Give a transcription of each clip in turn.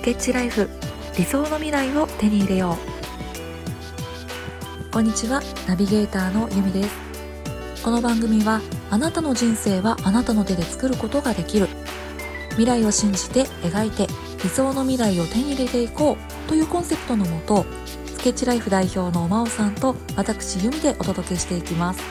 スケッチライフ、理想の未来を手に入れよう。こんにちは、ナビゲーターのゆみです。この番組は、あなたの人生はあなたの手で作ることができる、未来を信じて描いて理想の未来を手に入れていこうというコンセプトのもと、スケッチライフ代表の真央さんと私ゆみでお届けしていきます。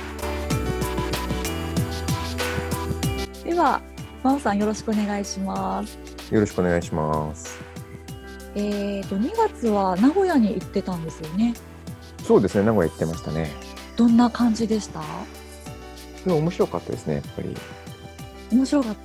では真央さん、よろしくお願いします。 よろしくお願いします。 2月は名古屋に行ってたんですよね。 そうですね、名古屋行ってましたね。 どんな感じでした？ でも面白かったですね、やっぱり。 面白かった。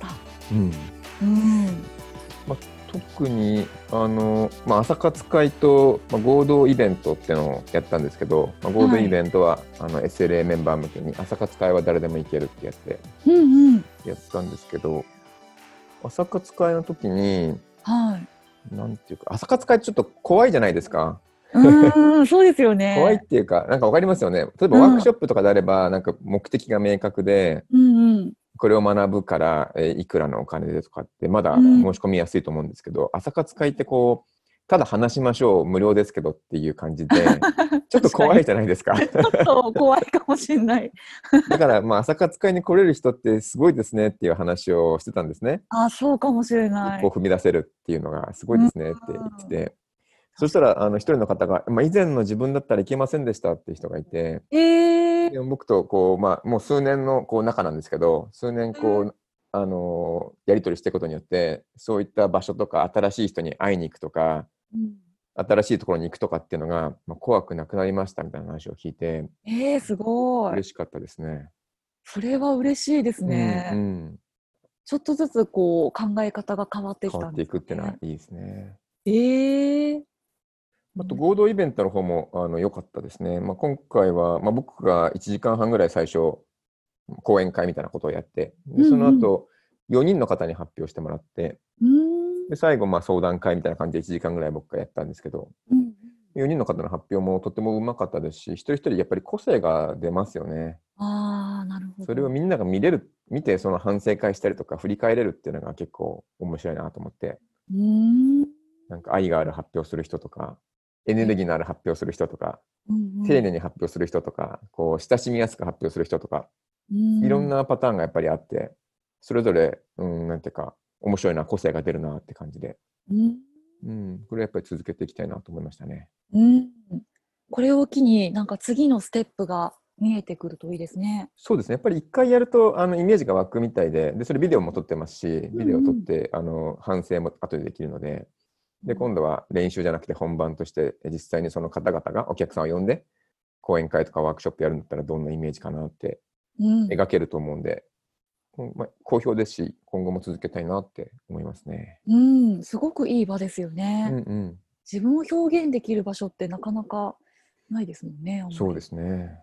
特に朝活会と、合同イベントっていうのをやったんですけど、合同イベントは、SLA メンバー向けに、朝活会は誰でも行けるってやってやったんですけど、朝活会の時に、なんていうか、朝活会ってちょっと怖いじゃないですか。 そうですよね。 怖いっていうか、なんかわかりますよね。例えばワークショップとかであれば、なんか目的が明確で、これを学ぶから、いくらのお金でとかってまだ申し込みやすいと思うんですけど、朝活会ってこうただ話しましょう、無料ですけどっていう感じでちょっと怖いじゃないですか。 ちょっと怖いかもしれない。 だから朝活会に来れる人ってすごいですねっていう話をしてたんですね。 そうかもしれない。 一歩踏み出せるっていうのがすごいですねって言ってて、そしたら一人の方が、以前の自分だったらいけませんでしたっていう人がいて、で僕とこう、もう数年のこう仲なんですけど、数年こう、やり取りしていくことによって、そういった場所とか新しい人に会いに行くとか、新しいところに行くとかっていうのが、怖くなくなりましたみたいな話を聞いて、 すごい嬉しかったですね。それは嬉しいですね。ちょっとずつこう考え方が変わってきたんですね。 変わっていくっていうのはいいですね。あと合同イベントの方も良かったですね。今回は、僕が1時間半ぐらい最初講演会みたいなことをやって、でその後4人の方に発表してもらって、で最後相談会みたいな感じで1時間ぐらい僕がやったんですけど、4人の方の発表もとてもうまかったですし、一人一人やっぱり個性が出ますよね。 なるほど。 それをみんなが見てその反省会したりとか振り返れるっていうのが結構面白いなと思って、なんか愛がある発表する人とか、エネルギーのある発表する人とか、丁寧に発表する人とか、こう親しみやすく発表する人とか、いろんなパターンがやっぱりあって、それぞれなんていうか面白いな、個性が出るなって感じで、これやっぱり続けていきたいなと思いましたね。 これを機になんか次のステップが見えてくるといいですね。 そうですね。やっぱり一回やるとイメージが湧くみたいで、それビデオも撮ってますし、ビデオを撮って反省も後でできるので、今度は練習じゃなくて本番として実際にその方々がお客さんを呼んで講演会とかワークショップやるんだったらどんなイメージかなって描けると思うんで、好評ですし今後も続けたいなって思いますね。 すごくいい場ですよね。自分を表現できる場所ってなかなかないですもんね。 そうですね。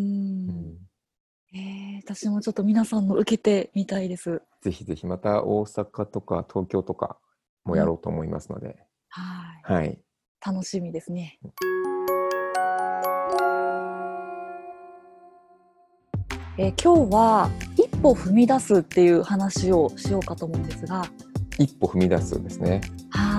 私もちょっと皆さんの受けてみたいです。 ぜひぜひまた大阪とか東京とかもやろうと思いますので、はい、 楽しみですね。今日は一歩踏み出すっていう話をしようかと思うんですが。 一歩踏み出すですね。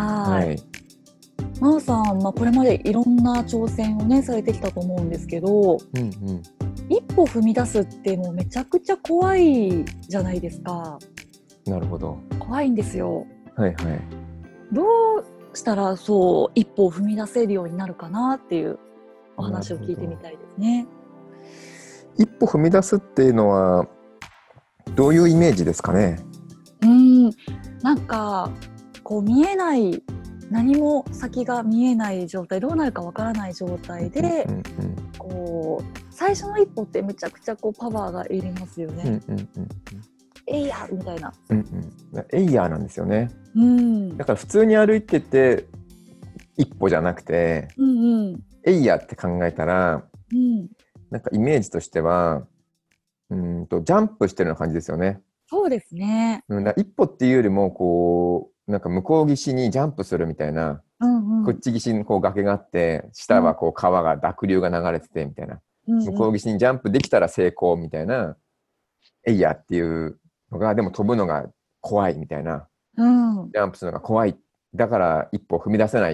真央さん、これまでいろんな挑戦をねされてきたと思うんですけど、一歩踏み出すってもうめちゃくちゃ怖いじゃないですか。 なるほど。 怖いんですよ。どうしたらそう一歩を踏み出せるようになるかなっていうお話を聞いてみたいですね。 一歩踏み出すっていうのはどういうイメージですかね。 なんかこう見えない、何も先が見えない状態、どうなるかわからない状態で、こう最初の一歩ってめちゃくちゃこうパワーがいりますよね。えいやみたいな、 エイヤーなんですよね。だから普通に歩いてて一歩じゃなくて、エイヤーって考えたら、なんかイメージとしてはジャンプしてるような感じですよね。 そうですね。 一歩っていうよりもこうなんか向こう岸にジャンプするみたいな、こっち岸にこう崖があって下はこう川が濁流が流れててみたいな、向こう岸にジャンプできたら成功みたいな、エイヤーっていうのが、でも飛ぶのが怖いみたいな、ジャンプするのが怖いっだから一歩踏み出せない。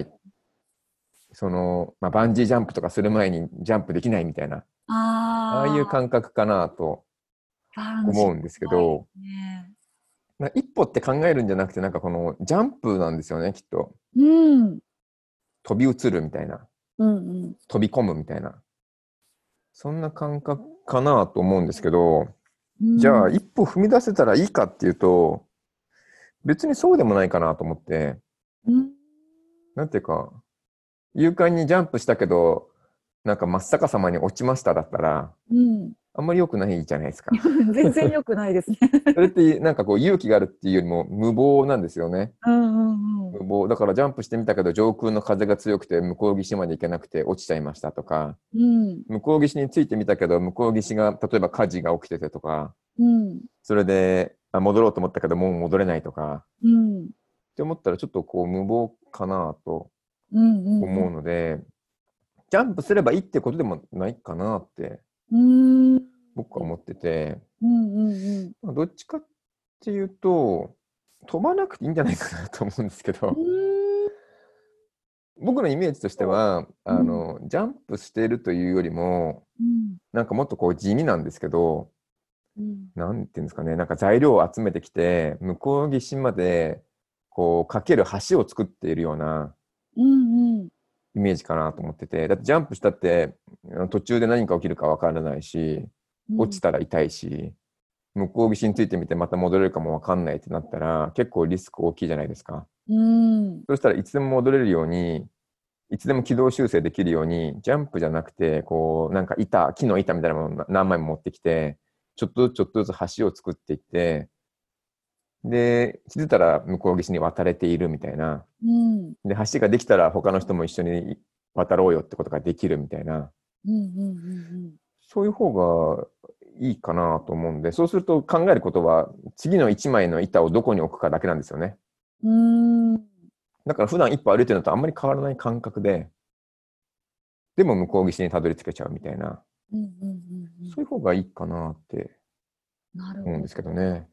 バンジージャンプとかする前にジャンプできないみたいな、ああいう感覚かなと思うんですけど、一歩って考えるんじゃなくて、なんかこのジャンプなんですよね、きっと。 うん。 飛び移るみたいな。 うんうん。 飛び込むみたいな。そんな感覚かなと思うんですけど、じゃあ一歩踏み出せたらいいかっていうと、別にそうでもないかなと思って、なんていうか、勇敢にジャンプしたけど、なんか真っ逆さまに落ちましただったら、あんまり良くないじゃないですか。 全然良くないですね。 それってなんかこう勇気があるっていうよりも無謀なんですよね。無無謀。だからジャンプしてみたけど上空の風が強くて向こう岸まで行けなくて落ちちゃいましたとか、向こう岸についてみたけど向こう岸が例えば火事が起きててとか、それで戻ろうと思ったけどもう戻れないとか、って思ったらちょっとこう無謀かなと思うので、ジャンプすればいいってことでもないかなって僕は思ってて、どっちかっていうと飛ばなくていいんじゃないかなと思うんですけど、僕のイメージとしてはジャンプしているというよりも、なんかもっとこう地味なんですけど、なんていうんですかね、なんか材料を集めてきて向こう岸までこう架ける橋を作っているようなイメージかなと思ってて、だってジャンプしたって途中で何か起きるかわからないし、落ちたら痛いし、向こう岸についてみてまた戻れるかもわかんないってなったら結構リスク大きいじゃないですか。そしたらいつでも戻れるように、いつでも軌道修正できるように、ジャンプじゃなくてこうなんか木の板みたいなものを何枚も持ってきて、ちょっとずつちょっとずつ橋を作っていって、で気づいたら向こう岸に渡れているみたいな、で橋ができたら他の人も一緒に渡ろうよってことができるみたいな、そういう方がいいかなと思うんで、そうすると考えることは次の1枚の板をどこに置くかだけなんですよね。だから普段一歩歩いてるのとあんまり変わらない感覚で、でも向こう岸にたどり着けちゃうみたいな、そういう方がいいかなって思うんですけどね。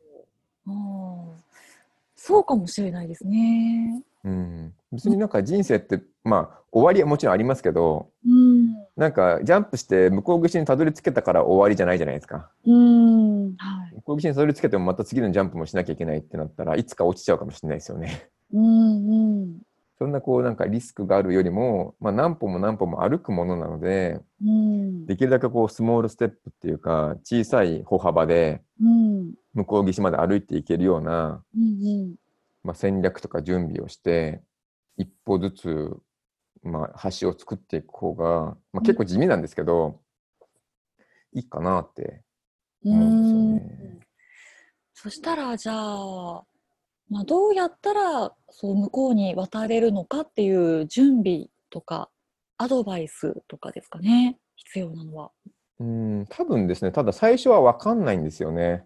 そうかもしれないですね。 別になんか人生って終わりはもちろんありますけど、なんかジャンプして向こう岸にたどり着けたから終わりじゃないじゃないですか。向こう岸にたどり着けてもまた次のジャンプもしなきゃいけないってなったらいつか落ちちゃうかもしれないですよね。そんなこうなんかリスクがあるよりも、何歩も何歩も歩くものなので、できるだけこうスモールステップっていうか小さい歩幅で向こう岸まで歩いていけるような、戦略とか準備をして一歩ずつ橋を作っていく方が、結構地味なんですけど、いいかなって思うんですよね。 そしたらじゃあ、どうやったらそう向こうに渡れるのかっていう準備とかアドバイスとかですかね、必要なのは。 多分ですね、ただ最初は分かんないんですよね。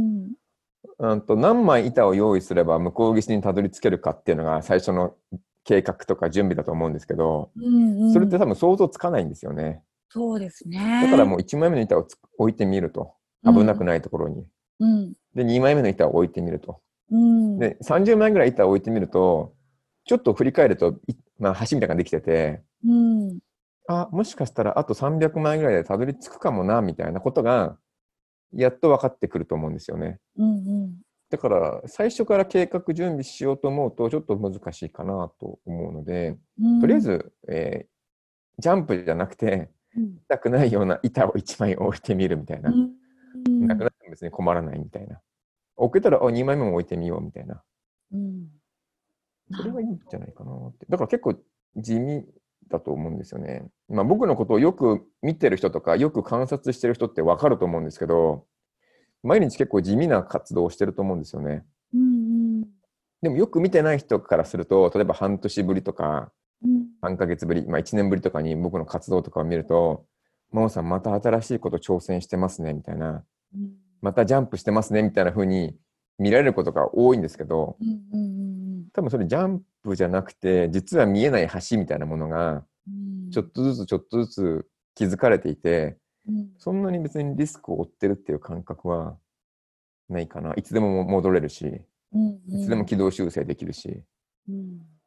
何枚板を用意すれば向こう岸にたどり着けるかっていうのが最初の計画とか準備だと思うんですけど、それって多分想像つかないんですよね。 そうですね。 だからもう1枚目の板を置いてみると、危なくないところに。で、2枚目の板を置いてみると。で、30枚ぐらい板を置いてみると、ちょっと振り返ると、橋みたいなのができてて、もしかしたらあと300枚ぐらいでたどり着くかもな、みたいなことが、やっと分かってくると思うんですよね。だから、最初から計画準備しようと思うと、ちょっと難しいかなと思うので、とりあえず、ジャンプじゃなくて、痛くないような板を1枚置いてみるみたいな。なくなっても別に困らないみたいな。置けたら2枚目も置いてみようみたいな。それがいいんじゃないかなって。だから結構地味だと思うんですよね。僕のことをよく見てる人とか、よく観察してる人って分かると思うんですけど、毎日結構地味な活動をしてると思うんですよね。でもよく見てない人からすると、例えば半年ぶりとか、3ヶ月ぶり、1年ぶりとかに僕の活動とかを見ると、真央さんまた新しいこと挑戦してますねみたいな、またジャンプしてますねみたいな風に見られることが多いんですけど、多分それジャンプじゃなくて、実は見えない橋みたいなものがちょっとずつちょっとずつ築かれていて、そんなに別にリスクを負ってるっていう感覚はないかな。いつでも戻れるし、いつでも軌道修正できるし、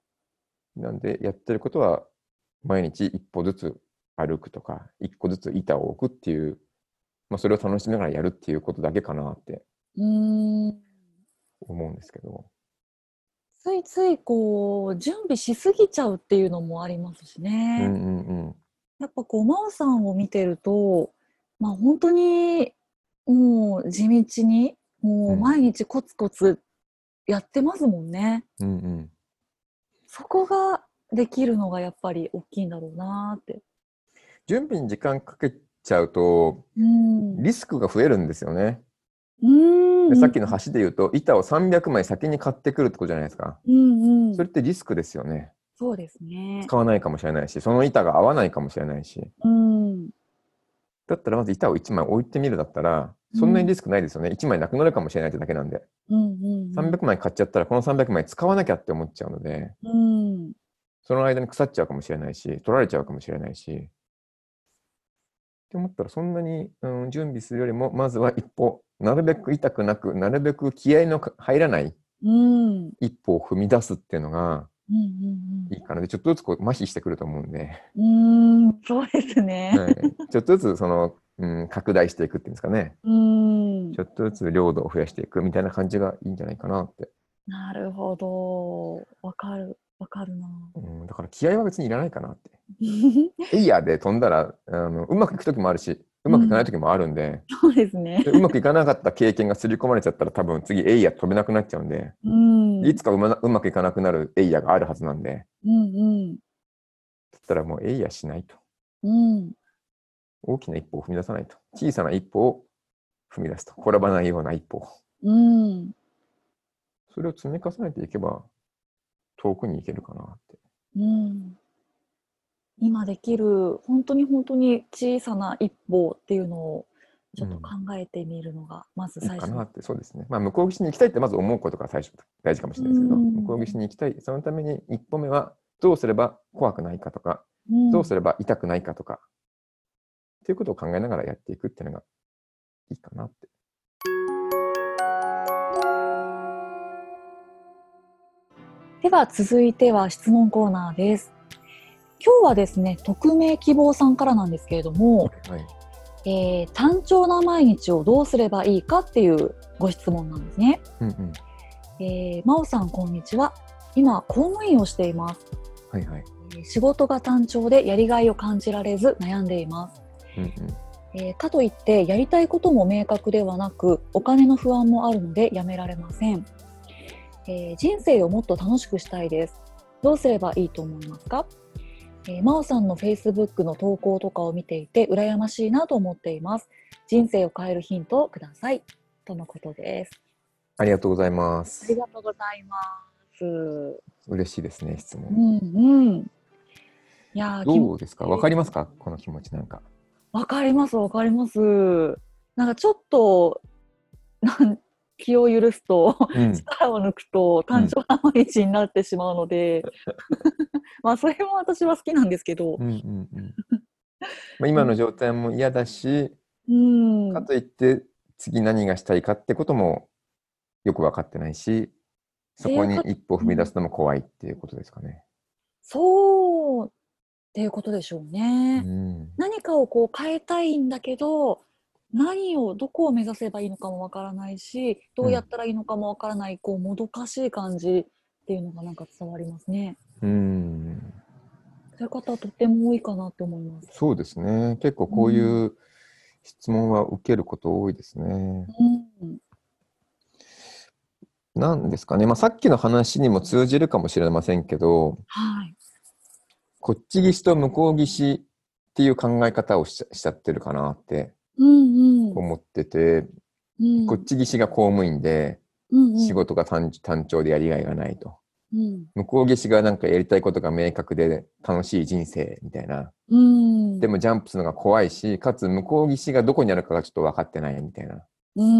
なんでやってることは毎日一歩ずつ歩くとか、一個ずつ板を置くっていう、それを楽しみながらやるっていうことだけかなって思うんですけど。 ついつい準備しすぎちゃうっていうのもありますしね。やっぱ真央さんを見てると、本当にもう地道にもう毎日コツコツやってますもんね。そこができるのがやっぱり大きいんだろうなって。 準備に時間かけちゃうと、リスクが増えるんですよね。でさっきの橋で言うと、板を300枚先に買ってくるってことじゃないですか。それってリスクですよね。 そうですね。 使わないかもしれないし、その板が合わないかもしれないし。だったらまず板を1枚置いてみるだったら、そんなにリスクないですよね。1枚なくなるかもしれないってだけなんで。300枚買っちゃったら、この300枚使わなきゃって思っちゃうので、その間に腐っちゃうかもしれないし、取られちゃうかもしれないし。って思ったら、そんなに、準備するよりも、まずは一歩、なるべく痛くなく、なるべく気合の入らない一歩を踏み出すっていうのがいいかな。で、ちょっとずつ麻痺してくると思うんで。 そうですね。 はい、ちょっとずつ拡大していくっていうんですかね。ちょっとずつ領土を増やしていくみたいな感じがいいんじゃないかなって。 なるほど。わかるな。 だから気合は別にいらないかなって。エイヤーで飛んだらうまくいく時もあるし、うまくいかない時もあるんで、 そうですね。 うまくいかなかった経験が刷り込まれちゃったら多分次エイヤー飛べなくなっちゃうんで、いつかうまくいかなくなるエイヤーがあるはずなんで、だったらもうエイヤーしないと。大きな一歩を踏み出さないと。小さな一歩を踏み出すと。転ばないような一歩を。それを積み重ねていけば遠くに行けるかなって。 今できる本当に小さな一歩っていうのをちょっと考えてみるのがまず最初、 いいかなって。そうですね。向こう岸に行きたいってまず思うことが最初大事かもしれないですけど、向こう岸に行きたい。そのために一歩目はどうすれば怖くないかとか、どうすれば痛くないかとか、っていうことを考えながらやっていくっていうのがいいかなって。 では続いては質問コーナーです。今日はですね、匿名希望さんからなんですけれども、単調な毎日をどうすればいいかっていうご質問なんですね。真央さん、こんにちは。今、公務員をしています。仕事が単調でやりがいを感じられず悩んでいます。かといってやりたいことも明確ではなく、お金の不安もあるのでやめられません。人生をもっと楽しくしたいです。どうすればいいと思いますか？真央さんの Facebook の投稿とかを見ていて羨ましいなと思っています。人生を変えるヒントをください。とのことです。 ありがとうございます。 ありがとうございます。 嬉しいですね、質問。いや、どうですか？わかりますか？この気持ちなんか。 わかります。なんかちょっと気を許すと、力を抜くと単調な毎日になってしまうので、それも私は好きなんですけど、 今の状態も嫌だし、かといって次何がしたいかってこともよく分かってないし、そこに一歩踏み出すのも怖いっていうことですかね。 そうっていうことでしょうね。何かを変えたいんだけど、どこを目指せばいいのかもわからないし、どうやったらいいのかもわからない、もどかしい感じっていうのがなんか伝わりますね。そういう方とても多いかなって思います。 そうですね。結構こういう質問は受けること多いですね。なんですかね。さっきの話にも通じるかもしれませんけど、こっち岸と向こう岸っていう考え方をしちゃってるかなって思ってて、こっち岸が公務員で、仕事が単調でやりがいがないと。向こう岸がなんかやりたいことが明確で楽しい人生みたいな。でもジャンプするのが怖いし、かつ向こう岸がどこにあるかがちょっと分かってないみたいな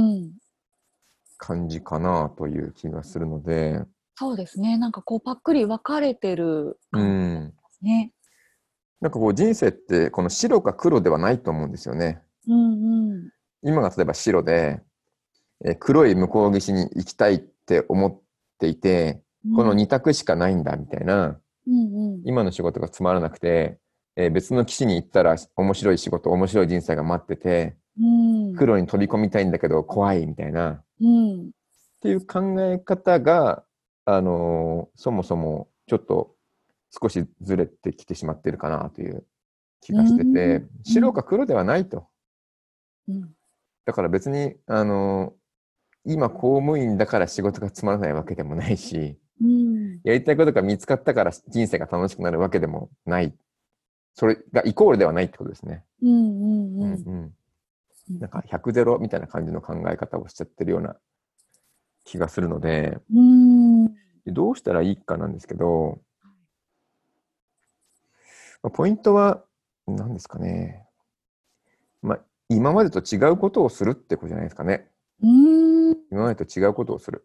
感じかなという気がするので。 そうですね。なんかパックリ分かれてる感じですね。 なんか人生ってこの白か黒ではないと思うんですよね。今が例えば白で、黒い向こう岸に行きたいって思っていて、この2択しかないんだみたいな今の仕事がつまらなくて、別の岸に行ったら面白い仕事、面白い人生が待ってて、苦労に飛び込みたいんだけど怖いみたいな、っていう考え方が、そもそもちょっと少しずれてきてしまってるかなという気がしてて、白か黒ではないと。だから別に、今公務員だから仕事がつまらないわけでもないし、やりたいことが見つかったから人生が楽しくなるわけでもない。それがイコールではないってことですね。なんか100ゼロみたいな感じの考え方をしちゃってるような気がするので、どうしたらいいかなんですけど、ポイントは何ですかね。今までと違うことをするってことじゃないですかね。今までと違うことをする。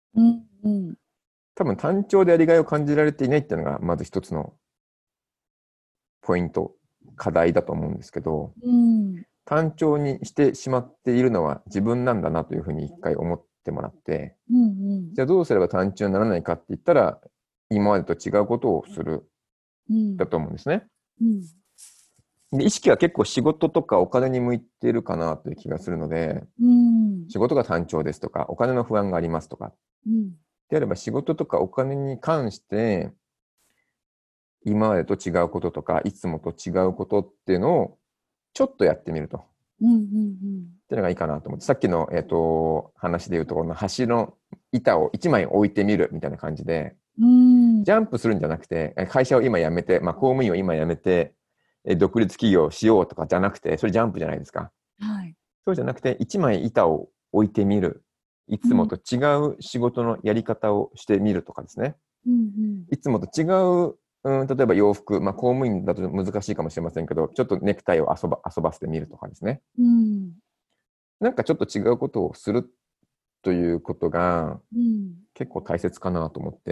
多分単調でやりがいを感じられていないっていうのがまず一つのポイント、課題だと思うんですけど、単調にしてしまっているのは自分なんだなというふうに一回思ってもらって、じゃあどうすれば単調にならないかって言ったら、今までと違うことをする、だと思うんですね。で意識は結構仕事とかお金に向いているかなという気がするので、仕事が単調ですとか、お金の不安がありますとか、であれば仕事とかお金に関して、今までと違うこととか、いつもと違うことっていうのをちょっとやってみると。っていうのがいいかなと思って、さっきの、話でいうところの橋の板を1枚置いてみるみたいな感じで、ジャンプするんじゃなくて、会社を今辞めて、公務員を今辞めて、独立企業をしようとかじゃなくて、それジャンプじゃないですか。そうじゃなくて、1枚板を置いてみる。いつもと違う仕事のやり方をしてみるとかですね。いつもと違う、例えば洋服、公務員だと難しいかもしれませんけど、ちょっとネクタイを遊ばせてみるとかですね。なんかちょっと違うことをするということが、結構大切かなと思って、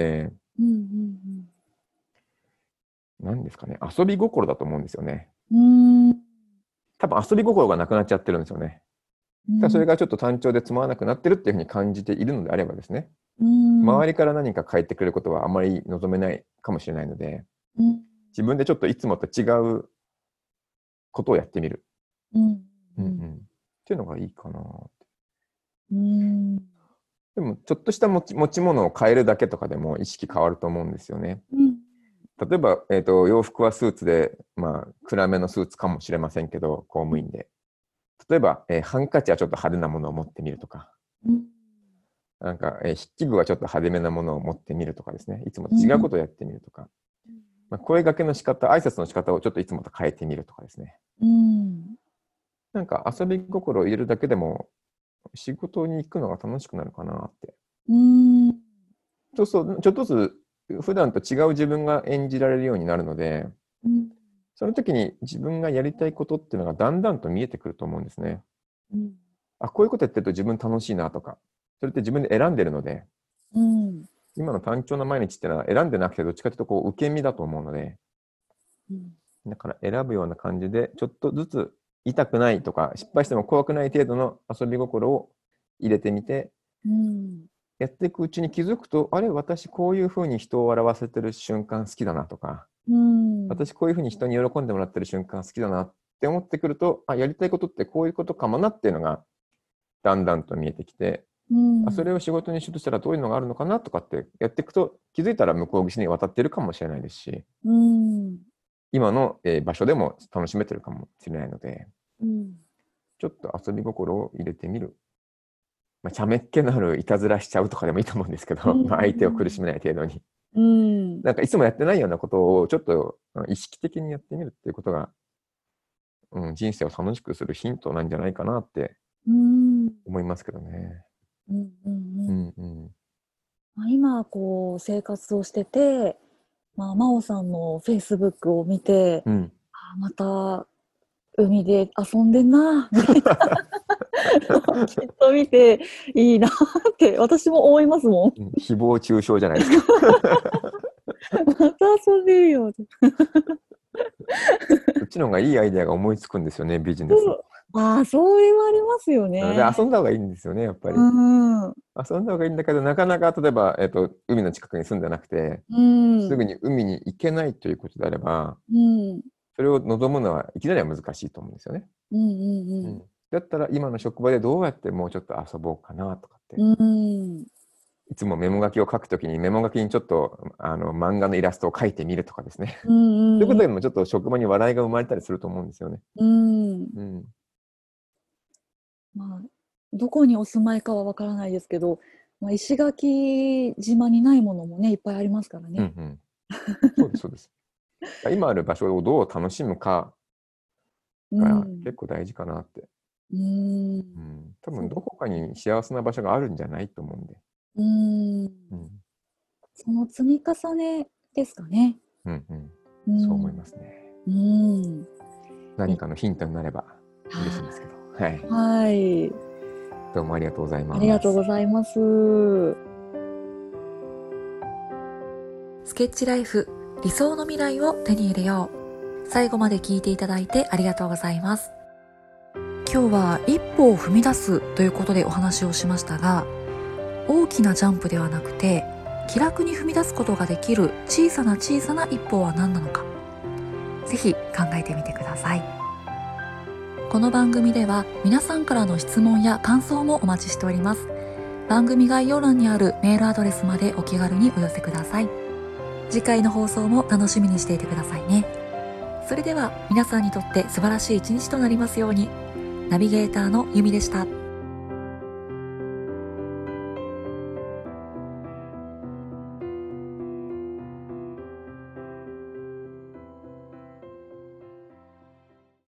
何ですかね、遊び心だと思うんですよね。多分遊び心がなくなっちゃってるんですよね。それがちょっと単調でつまらなくなってるっていうふうに感じているのであればですね、周りから何か返ってくることはあまり望めないかもしれないので、自分でちょっといつもと違うことをやってみる。っていうのがいいかな。でもちょっとした持ち物を変えるだけとかでも意識変わると思うんですよね。例えば、洋服はスーツで、暗めのスーツかもしれませんけど、公務員で。例えば、ハンカチはちょっと派手なものを持ってみるとか、なんか、筆記具はちょっと派手めなものを持ってみるとかですね、いつもと違うことをやってみるとか、声掛けの仕方、挨拶の仕方をちょっといつもと変えてみるとかですね。なんか遊び心を入れるだけでも、仕事に行くのが楽しくなるかなって。そうそう、ちょっとずつ普段と違う自分が演じられるようになるので、その時に自分がやりたいことっていうのがだんだんと見えてくると思うんですね。こういうことやってると自分楽しいなとか、それって自分で選んでるので、今の単調な毎日っていうのは選んでなくてどっちかというと受け身だと思うので、だから選ぶような感じでちょっとずつ痛くないとか失敗しても怖くない程度の遊び心を入れてみて、やっていくうちに気づくと、あれ、私こういうふうに人を笑わせてる瞬間好きだなとか、私こういうふうに人に喜んでもらってる瞬間好きだなって思ってくると、やりたいことってこういうことかもなっていうのがだんだんと見えてきて、それを仕事にしようとしたらどういうのがあるのかなとかってやっていくと、気づいたら向こう岸に渡っているかもしれないですし、今の場所でも楽しめてるかもしれないので、ちょっと遊び心を入れてみる。茶目っ気のあるいたずらしちゃうとかでもいいと思うんですけど、相手を苦しめない程度に。なんかいつもやってないようなことをちょっと意識的にやってみるっていうことが、人生を楽しくするヒントなんじゃないかなって思いますけどね。 今こう生活をしてて、真央さんのフェイスブックを見て、また海で遊んでんなみたいなきっと見ていいなって私も思いますもん。 誹謗中傷じゃないですか。 また遊んでるよ。 うちの方がいいアイデアが思いつくんですよね、ビジネス。 ああ、そう言われますよね。 で遊んだ方がいいんですよね、やっぱり。遊んだ方がいいんだけど、なかなか例えば、海の近くに住んでなくて、すぐに海に行けないということであれば、それを望むのはいきなりは難しいと思うんですよね。だったら今の職場でどうやってもうちょっと遊ぼうかなとかって。いつもメモ書きを書くときにメモ書きにちょっと漫画のイラストを描いてみるとかですね。そういうことでもちょっと職場に笑いが生まれたりすると思うんですよね。 まあ、どこにお住まいかはわからないですけど、石垣島にないものもね、いっぱいありますからね。 そうです、そうです。今ある場所をどう楽しむかが結構大事かなって。多分どこかに幸せな場所があるんじゃないと思うんで。 その積み重ねですかね。 そう思いますね。何かのヒントになれば嬉しいんですけど。はい。どうもありがとうございます。 ありがとうございます。 スケッチライフ、理想の未来を手に入れよう。最後まで聞いていただいてありがとうございます。今日は一歩を踏み出すということでお話をしましたが、大きなジャンプではなくて、気楽に踏み出すことができる小さな小さな一歩は何なのか、ぜひ考えてみてください。この番組では皆さんからの質問や感想もお待ちしております。番組概要欄にあるメールアドレスまでお気軽にお寄せください。次回の放送も楽しみにしていてくださいね。それでは皆さんにとって素晴らしい一日となりますように。ナビゲーターのゆみでした。